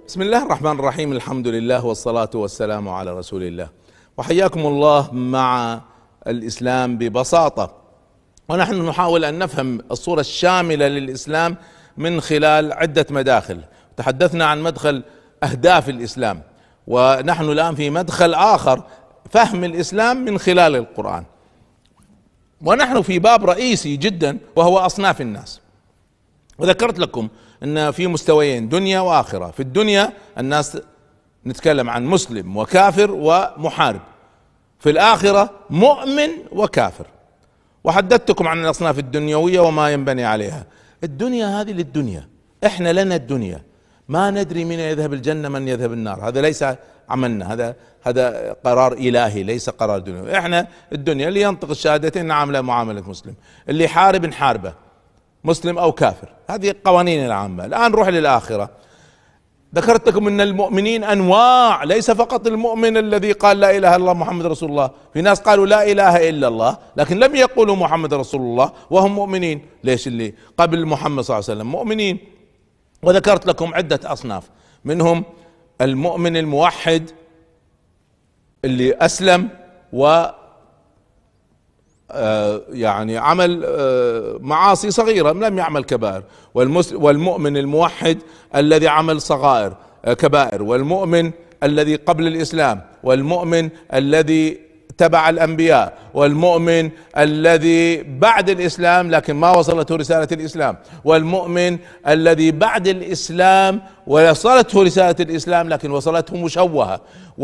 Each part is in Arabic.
بسم الله الرحمن الرحيم. الحمد لله والصلاة والسلام على رسول الله، وحياكم الله مع الإسلام ببساطة. ونحن نحاول أن نفهم الصورة الشاملة للإسلام من خلال عدة مداخل. تحدثنا عن مدخل أهداف الإسلام، ونحن الآن في مدخل آخر، فهم الإسلام من خلال القرآن. ونحن في باب رئيسي جدا وهو أصناف الناس. وذكرت لكم ان في مستويين، دنيا واخره. في الدنيا الناس نتكلم عن مسلم وكافر ومحارب، في الاخره مؤمن وكافر. وحدثتكم عن الاصناف الدنيويه وما ينبني عليها. الدنيا هذه للدنيا، احنا لنا الدنيا، ما ندري من يذهب الجنه من يذهب النار، هذا ليس عملنا، هذا قرار الهي ليس قرار دنيوي. احنا الدنيا اللي ينطق الشهادتين نعامله معامله مسلم، اللي يحارب نحاربه مسلم او كافر، هذه القوانين العامة. الان نروح للآخرة. ذكرت لكم ان المؤمنين انواع، ليس فقط المؤمن الذي قال لا اله الا الله محمد رسول الله. في ناس قالوا لا اله الا الله لكن لم يقولوا محمد رسول الله وهم مؤمنين. ليش اللي قبل محمد صلى الله عليه وسلم مؤمنين؟ وذكرت لكم عدة اصناف، منهم المؤمن الموحد اللي اسلم و يعني عمل معاصي صغيرة، لم يعمل كبائر. والمؤمن الموحد الذي عمل صغائر كبائر، والمؤمن الذي قبل الإسلام، والمؤمن الذي تبع الأنبياء، والمؤمن الذي بعد الإسلام لكن ما وصلته رسالة الإسلام، والمؤمن الذي بعد الإسلام وصلته رسالة الإسلام لكن وصلته مشوهة،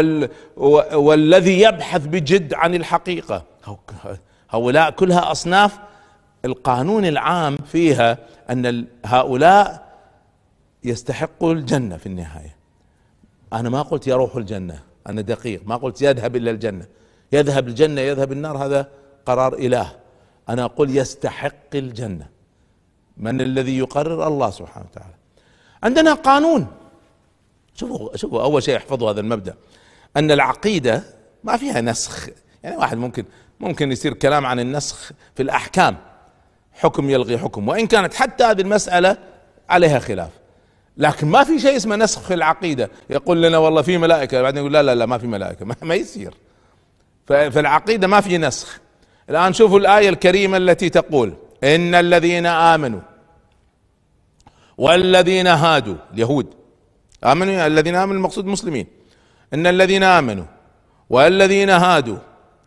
والذي يبحث بجد عن الحقيقة. هؤلاء كلها أصناف القانون العام فيها أن هؤلاء يستحقوا الجنة في النهاية. أنا ما قلت يروح الجنة، أنا دقيق، ما قلت يذهب إلى الجنة، يذهب الجنة يذهب النار، هذا قرار إله. أنا أقول يستحق الجنة. من الذي يقرر؟ الله سبحانه وتعالى. عندنا قانون. شوفوا أول شيء احفظوا هذا المبدأ، أن العقيدة ما فيها نسخ. يعني واحد ممكن يصير كلام عن النسخ في الأحكام، حكم يلغي حكم، وإن كانت حتى هذه المسألة عليها خلاف، لكن ما في شيء اسمه نسخ في العقيدة. يقول لنا والله في ملائكة، بعدين يقول لا ما في ملائكة، ما يصير. في العقيدة ما في نسخ. الآن شوفوا الآية الكريمة التي تقول إن الذين آمنوا والذين هادوا، اليهود آمنوا، الذين آمنوا المقصود مسلمين، إن الذين آمنوا والذين هادوا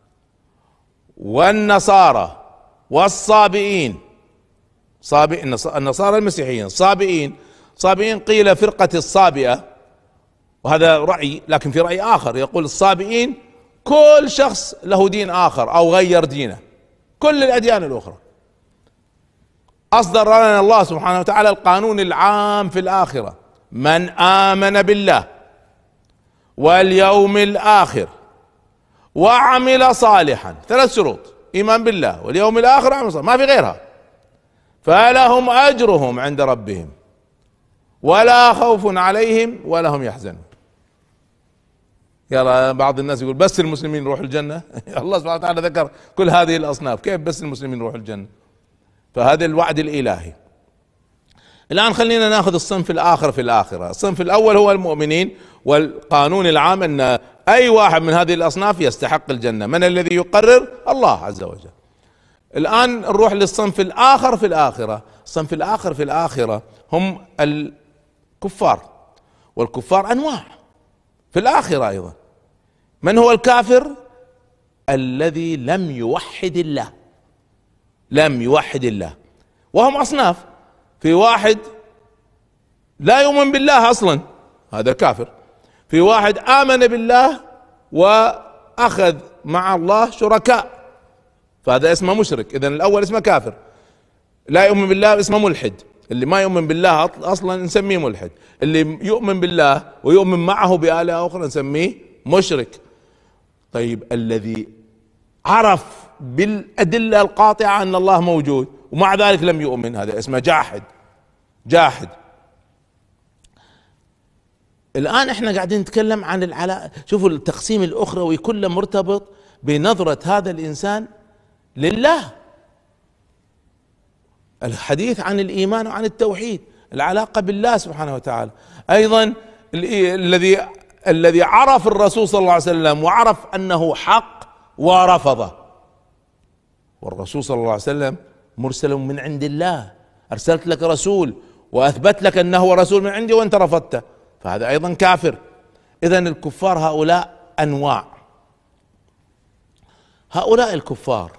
والنصارى والصابئين، النصارى المسيحيين، صابئين قيل فرقة الصابئة، وهذا رأي، لكن في رأي آخر يقول الصابئين كل شخص له دين آخر أو غير دينه، كل الأديان الأخرى. أصدر لنا الله سبحانه وتعالى القانون العام في الآخرة: من آمن بالله واليوم الآخر وعمل صالحا، 3 شروط: ايمان بالله واليوم الاخر وعمل صالحا، ما في غيرها، فلهم اجرهم عند ربهم ولا خوف عليهم ولا هم يحزنون. يلا بعض الناس يقول بس المسلمين يروحوا الجنة. الله سبحانه وتعالى ذكر كل هذه الاصناف، كيف بس المسلمين يروحوا الجنة؟ فهذا الوعد الالهي. الان خلينا ناخذ الصنف الاخر في الاخرة. الصنف الاول هو المؤمنين، والقانون العام ان اي واحد من هذه الاصناف يستحق الجنة. من الذي يقرر؟ الله عز وجل. الان نروح للصنف الاخر في الاخرة. الصنف الاخر في الاخرة هم الكفار، والكفار انواع في الاخرة ايضا. من هو الكافر؟ الذي لم يوحد الله، وهم اصناف. في واحد لا يؤمن بالله اصلا، هذا كافر. في واحد آمن بالله وأخذ مع الله شركاء، فهذا اسمه مشرك. إذن الأول اسمه كافر، لا يؤمن بالله اسمه ملحد. اللي ما يؤمن بالله أصلا نسميه ملحد. اللي يؤمن بالله ويؤمن معه بآلهة أخرى نسميه مشرك. طيب الذي عرف بالأدلة القاطعة أن الله موجود ومع ذلك لم يؤمن، هذا اسمه جاحد. الآن احنا قاعدين نتكلم عن العلاء. شوفوا التقسيم الأخروي كله مرتبط بنظرة هذا الإنسان لله. الحديث عن الإيمان وعن التوحيد، العلاقة بالله سبحانه وتعالى. أيضا الذي عرف الرسول صلى الله عليه وسلم وعرف انه حق ورفضه. والرسول صلى الله عليه وسلم مرسل من عند الله، ارسلت لك رسول واثبت لك انه هو رسول من عندي وانت رفضته، فهذا ايضا كافر. اذا الكفار هؤلاء انواع. هؤلاء الكفار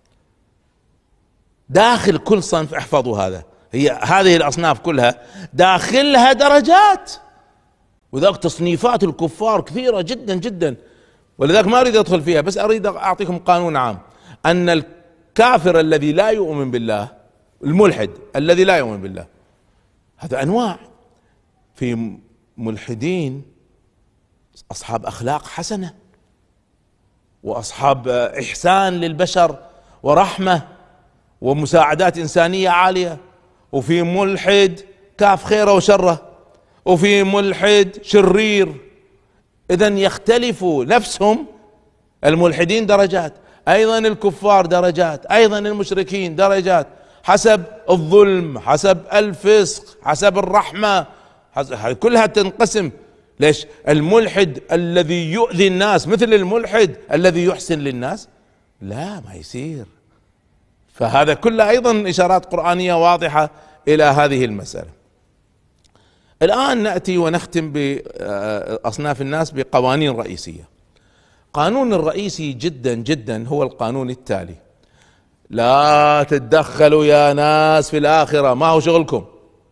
داخل كل صنف، احفظوا هذا، هذه الاصناف كلها داخلها درجات، وذاك تصنيفات الكفار كثيرة جدا جدا، ولذلك ما اريد ادخل فيها، بس اريد اعطيكم قانون عام ان الكافر الذي لا يؤمن بالله، الملحد الذي لا يؤمن بالله، هذا انواع. في ملحدين اصحاب اخلاق حسنة واصحاب احسان للبشر ورحمة ومساعدات انسانية عالية، وفي ملحد كاف خيره وشره، وفي ملحد شرير. اذا يختلف نفسهم، الملحدين درجات، ايضا الكفار درجات، ايضا المشركين درجات، حسب الظلم، حسب الفسق، حسب الرحمة، كلها تنقسم. ليش؟ الملحد الذي يؤذي الناس مثل الملحد الذي يحسن للناس؟ لا، ما يصير. فهذا كله ايضا اشارات قرآنية واضحة الى هذه المسألة. الآن نأتي ونختم بأصناف الناس بقوانين رئيسية. قانون الرئيسي جدا جدا هو القانون التالي: لا تتدخلوا يا ناس في الآخرة، ما هو شغلكم،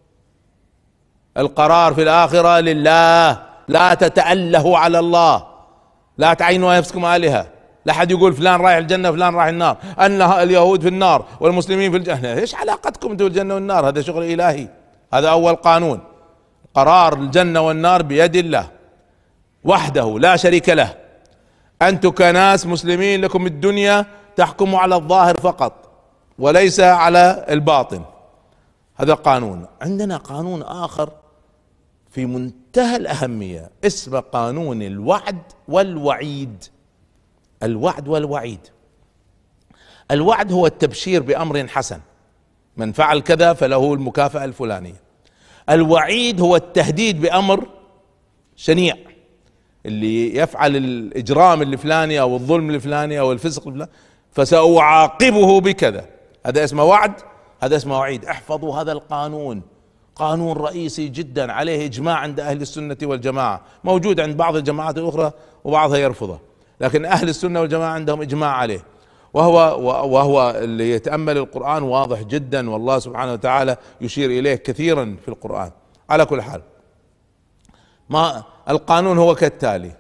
القرار في الآخرة لله، لا تتألهوا على الله، لا تعينوا نفسكم آلهة، لا حد يقول فلان رايح الجنة فلان رايح النار، أن اليهود في النار والمسلمين في الجنة. ايش علاقتكم انتم بالجنة والنار؟ هذا شغل إلهي. هذا أول قانون، قرار الجنة والنار بيد الله وحده لا شريك له. أنتم كناس مسلمين لكم الدنيا تحكموا على الظاهر فقط وليس على الباطن. هذا قانون. عندنا قانون آخر في منتهى الأهمية اسمه قانون الوعد والوعيد. الوعد والوعيد. الوعد هو التبشير بأمر حسن، من فعل كذا فله المكافأة الفلانية. الوعيد هو التهديد بأمر شنيع، اللي يفعل الإجرام الفلاني أو الظلم الفلاني أو الفسق الفلاني فسأعاقبه بكذا. هذا اسمه وعد، هذا اسمه وعيد. احفظوا هذا القانون، قانون رئيسي جدا، عليه إجماع عند أهل السنة والجماعة، موجود عند بعض الجماعات الأخرى وبعضها يرفضه، لكن أهل السنة والجماعة عندهم إجماع عليه. وهو اللي يتأمل القرآن واضح جدا، والله سبحانه وتعالى يشير إليه كثيرا في القرآن. على كل حال، ما القانون هو كالتالي: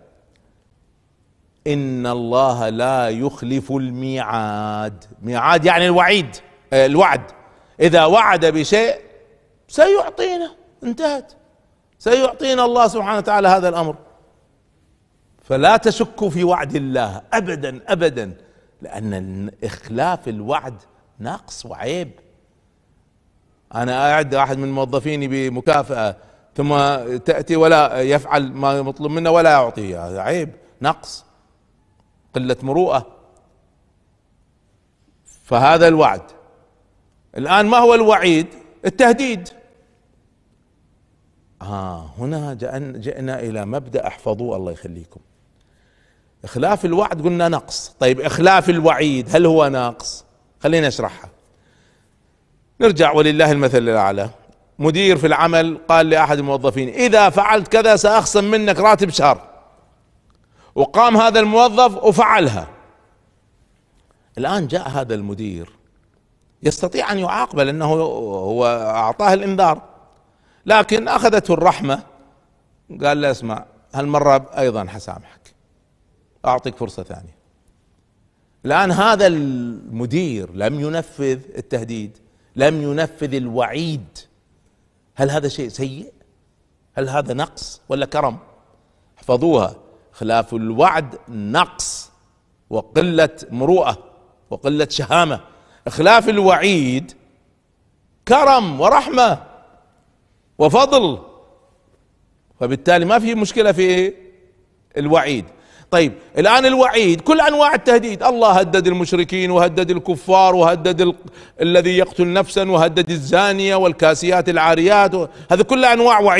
إن الله لا يخلف الميعاد. ميعاد يعني الوعيد، الوعد. إذا وعد بشيء سيعطينا، انتهت، سيعطينا الله سبحانه وتعالى هذا الأمر. فلا تشكوا في وعد الله أبدا أبدا، لأن إخلاف الوعد نقص وعيب. أنا أعد أحد من موظفيني بمكافأة ثم تأتي ولا يفعل ما مطلوب منه ولا يعطيه، هذا عيب، نقص، قلة مروءة. فهذا الوعد. الآن ما هو الوعيد؟ التهديد. هنا جئنا إلى مبدأ، احفظوه الله يخليكم. إخلاف الوعد قلنا نقص، طيب إخلاف الوعيد هل هو نقص؟ خلينا نشرحها. نرجع ولله المثل الأعلى. مدير في العمل قال لأحد الموظفين: إذا فعلت كذا سأخصم منك راتب شهر، وقام هذا الموظف وفعلها. الآن جاء هذا المدير يستطيع أن يعاقبه لأنه هو أعطاه الإنذار، لكن أخذته الرحمة، قال له: اسمع، هالمرة أيضا حسامحك، أعطيك فرصة ثانية. الآن هذا المدير لم ينفذ التهديد، لم ينفذ الوعيد. هل هذا شيء سيء؟ هل هذا نقص ولا كرم؟ احفظوها: خلاف الوعد نقص وقلة مروءة وقلة شهامة. خلاف الوعيد كرم ورحمة وفضل، فبالتالي ما في مشكلة في الوعيد. طيب الآن الوعيد كل أنواع التهديد، الله هدد المشركين وهدد الكفار وهدد الذي يقتل نفسا وهدد الزانية والكاسيات العاريات، هذا كل أنواع وعيد.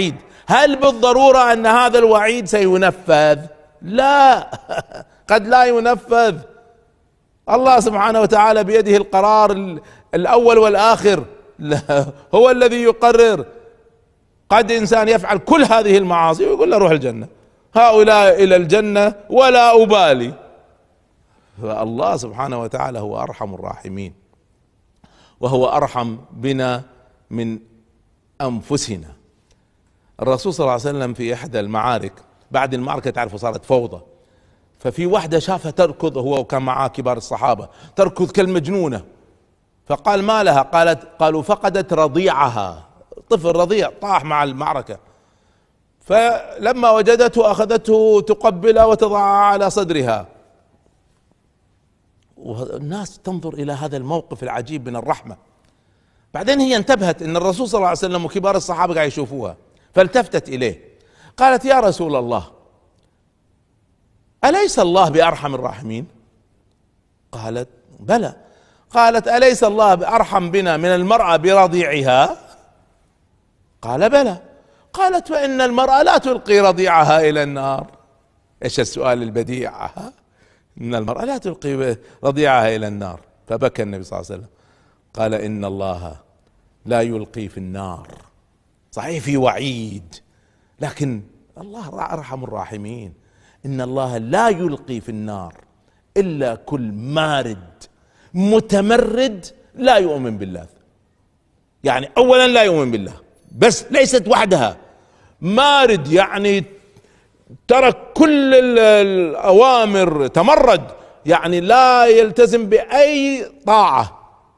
هل بالضرورة ان هذا الوعيد سينفذ؟ لا قد لا ينفذ. الله سبحانه وتعالى بيده القرار الاول والاخر، هو الذي يقرر. قد انسان يفعل كل هذه المعاصي ويقول له روح الجنة، هؤلاء الى الجنة ولا ابالي. فالله سبحانه وتعالى هو ارحم الراحمين، وهو ارحم بنا من انفسنا. الرسول صلى الله عليه وسلم في احدى المعارك، بعد المعركة تعرفوا صارت فوضى، ففي واحدة شافها تركض، هو وكان معاه كبار الصحابة، تركض كالمجنونة، فقال ما لها؟ قالوا فقدت رضيعها، طفل رضيع طاح مع المعركة، فلما وجدته اخذته تقبله وتضعها على صدرها. والناس تنظر الى هذا الموقف العجيب من الرحمة. بعدين هي انتبهت ان الرسول صلى الله عليه وسلم وكبار الصحابة قاعد يشوفوها، فالتفتت اليه قالت يا رسول الله أليس الله بأرحم الراحمين؟ قالت بلى. قالت أليس الله بأرحم بنا من المرأة برضيعها؟ قال بلى. قالت فإن المرأة لا تلقي رضيعها إلى النار. ايش السؤال البديع؟ إن المرأة لا تلقي رضيعها إلى النار. فبكى النبي صلى الله عليه وسلم قال إن الله لا يلقي في النار. صحيح في وعيد، لكن الله أرحم الراحمين. إن الله لا يلقي في النار إلا كل مارد متمرد لا يؤمن بالله. يعني أولا لا يؤمن بالله، بس ليست وحدها، مارد يعني ترك كل الأوامر، تمرد يعني لا يلتزم بأي طاعة،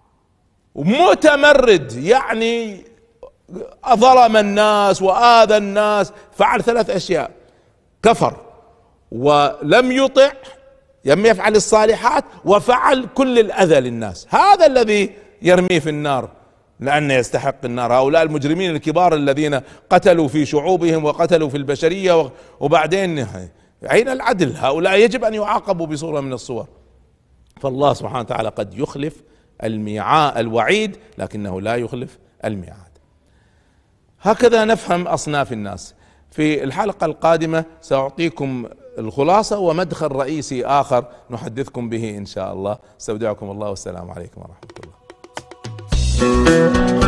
ومتمرد يعني ظلم الناس وآذى الناس، فعل 3 أشياء: كفر ولم يطع، لم يفعل الصالحات، وفعل كل الأذى للناس. هذا الذي يرميه في النار لأنه يستحق النار. هؤلاء المجرمين الكبار الذين قتلوا في شعوبهم وقتلوا في البشرية، وبعدين أين العدل؟ هؤلاء يجب أن يعاقبوا بصورة من الصور. فالله سبحانه وتعالى قد يخلف الوعيد، لكنه لا يخلف الميعاد. هكذا نفهم أصناف الناس. في الحلقة القادمة سأعطيكم الخلاصة ومدخل رئيسي آخر نحدثكم به إن شاء الله. استودعكم الله والسلام عليكم ورحمة الله.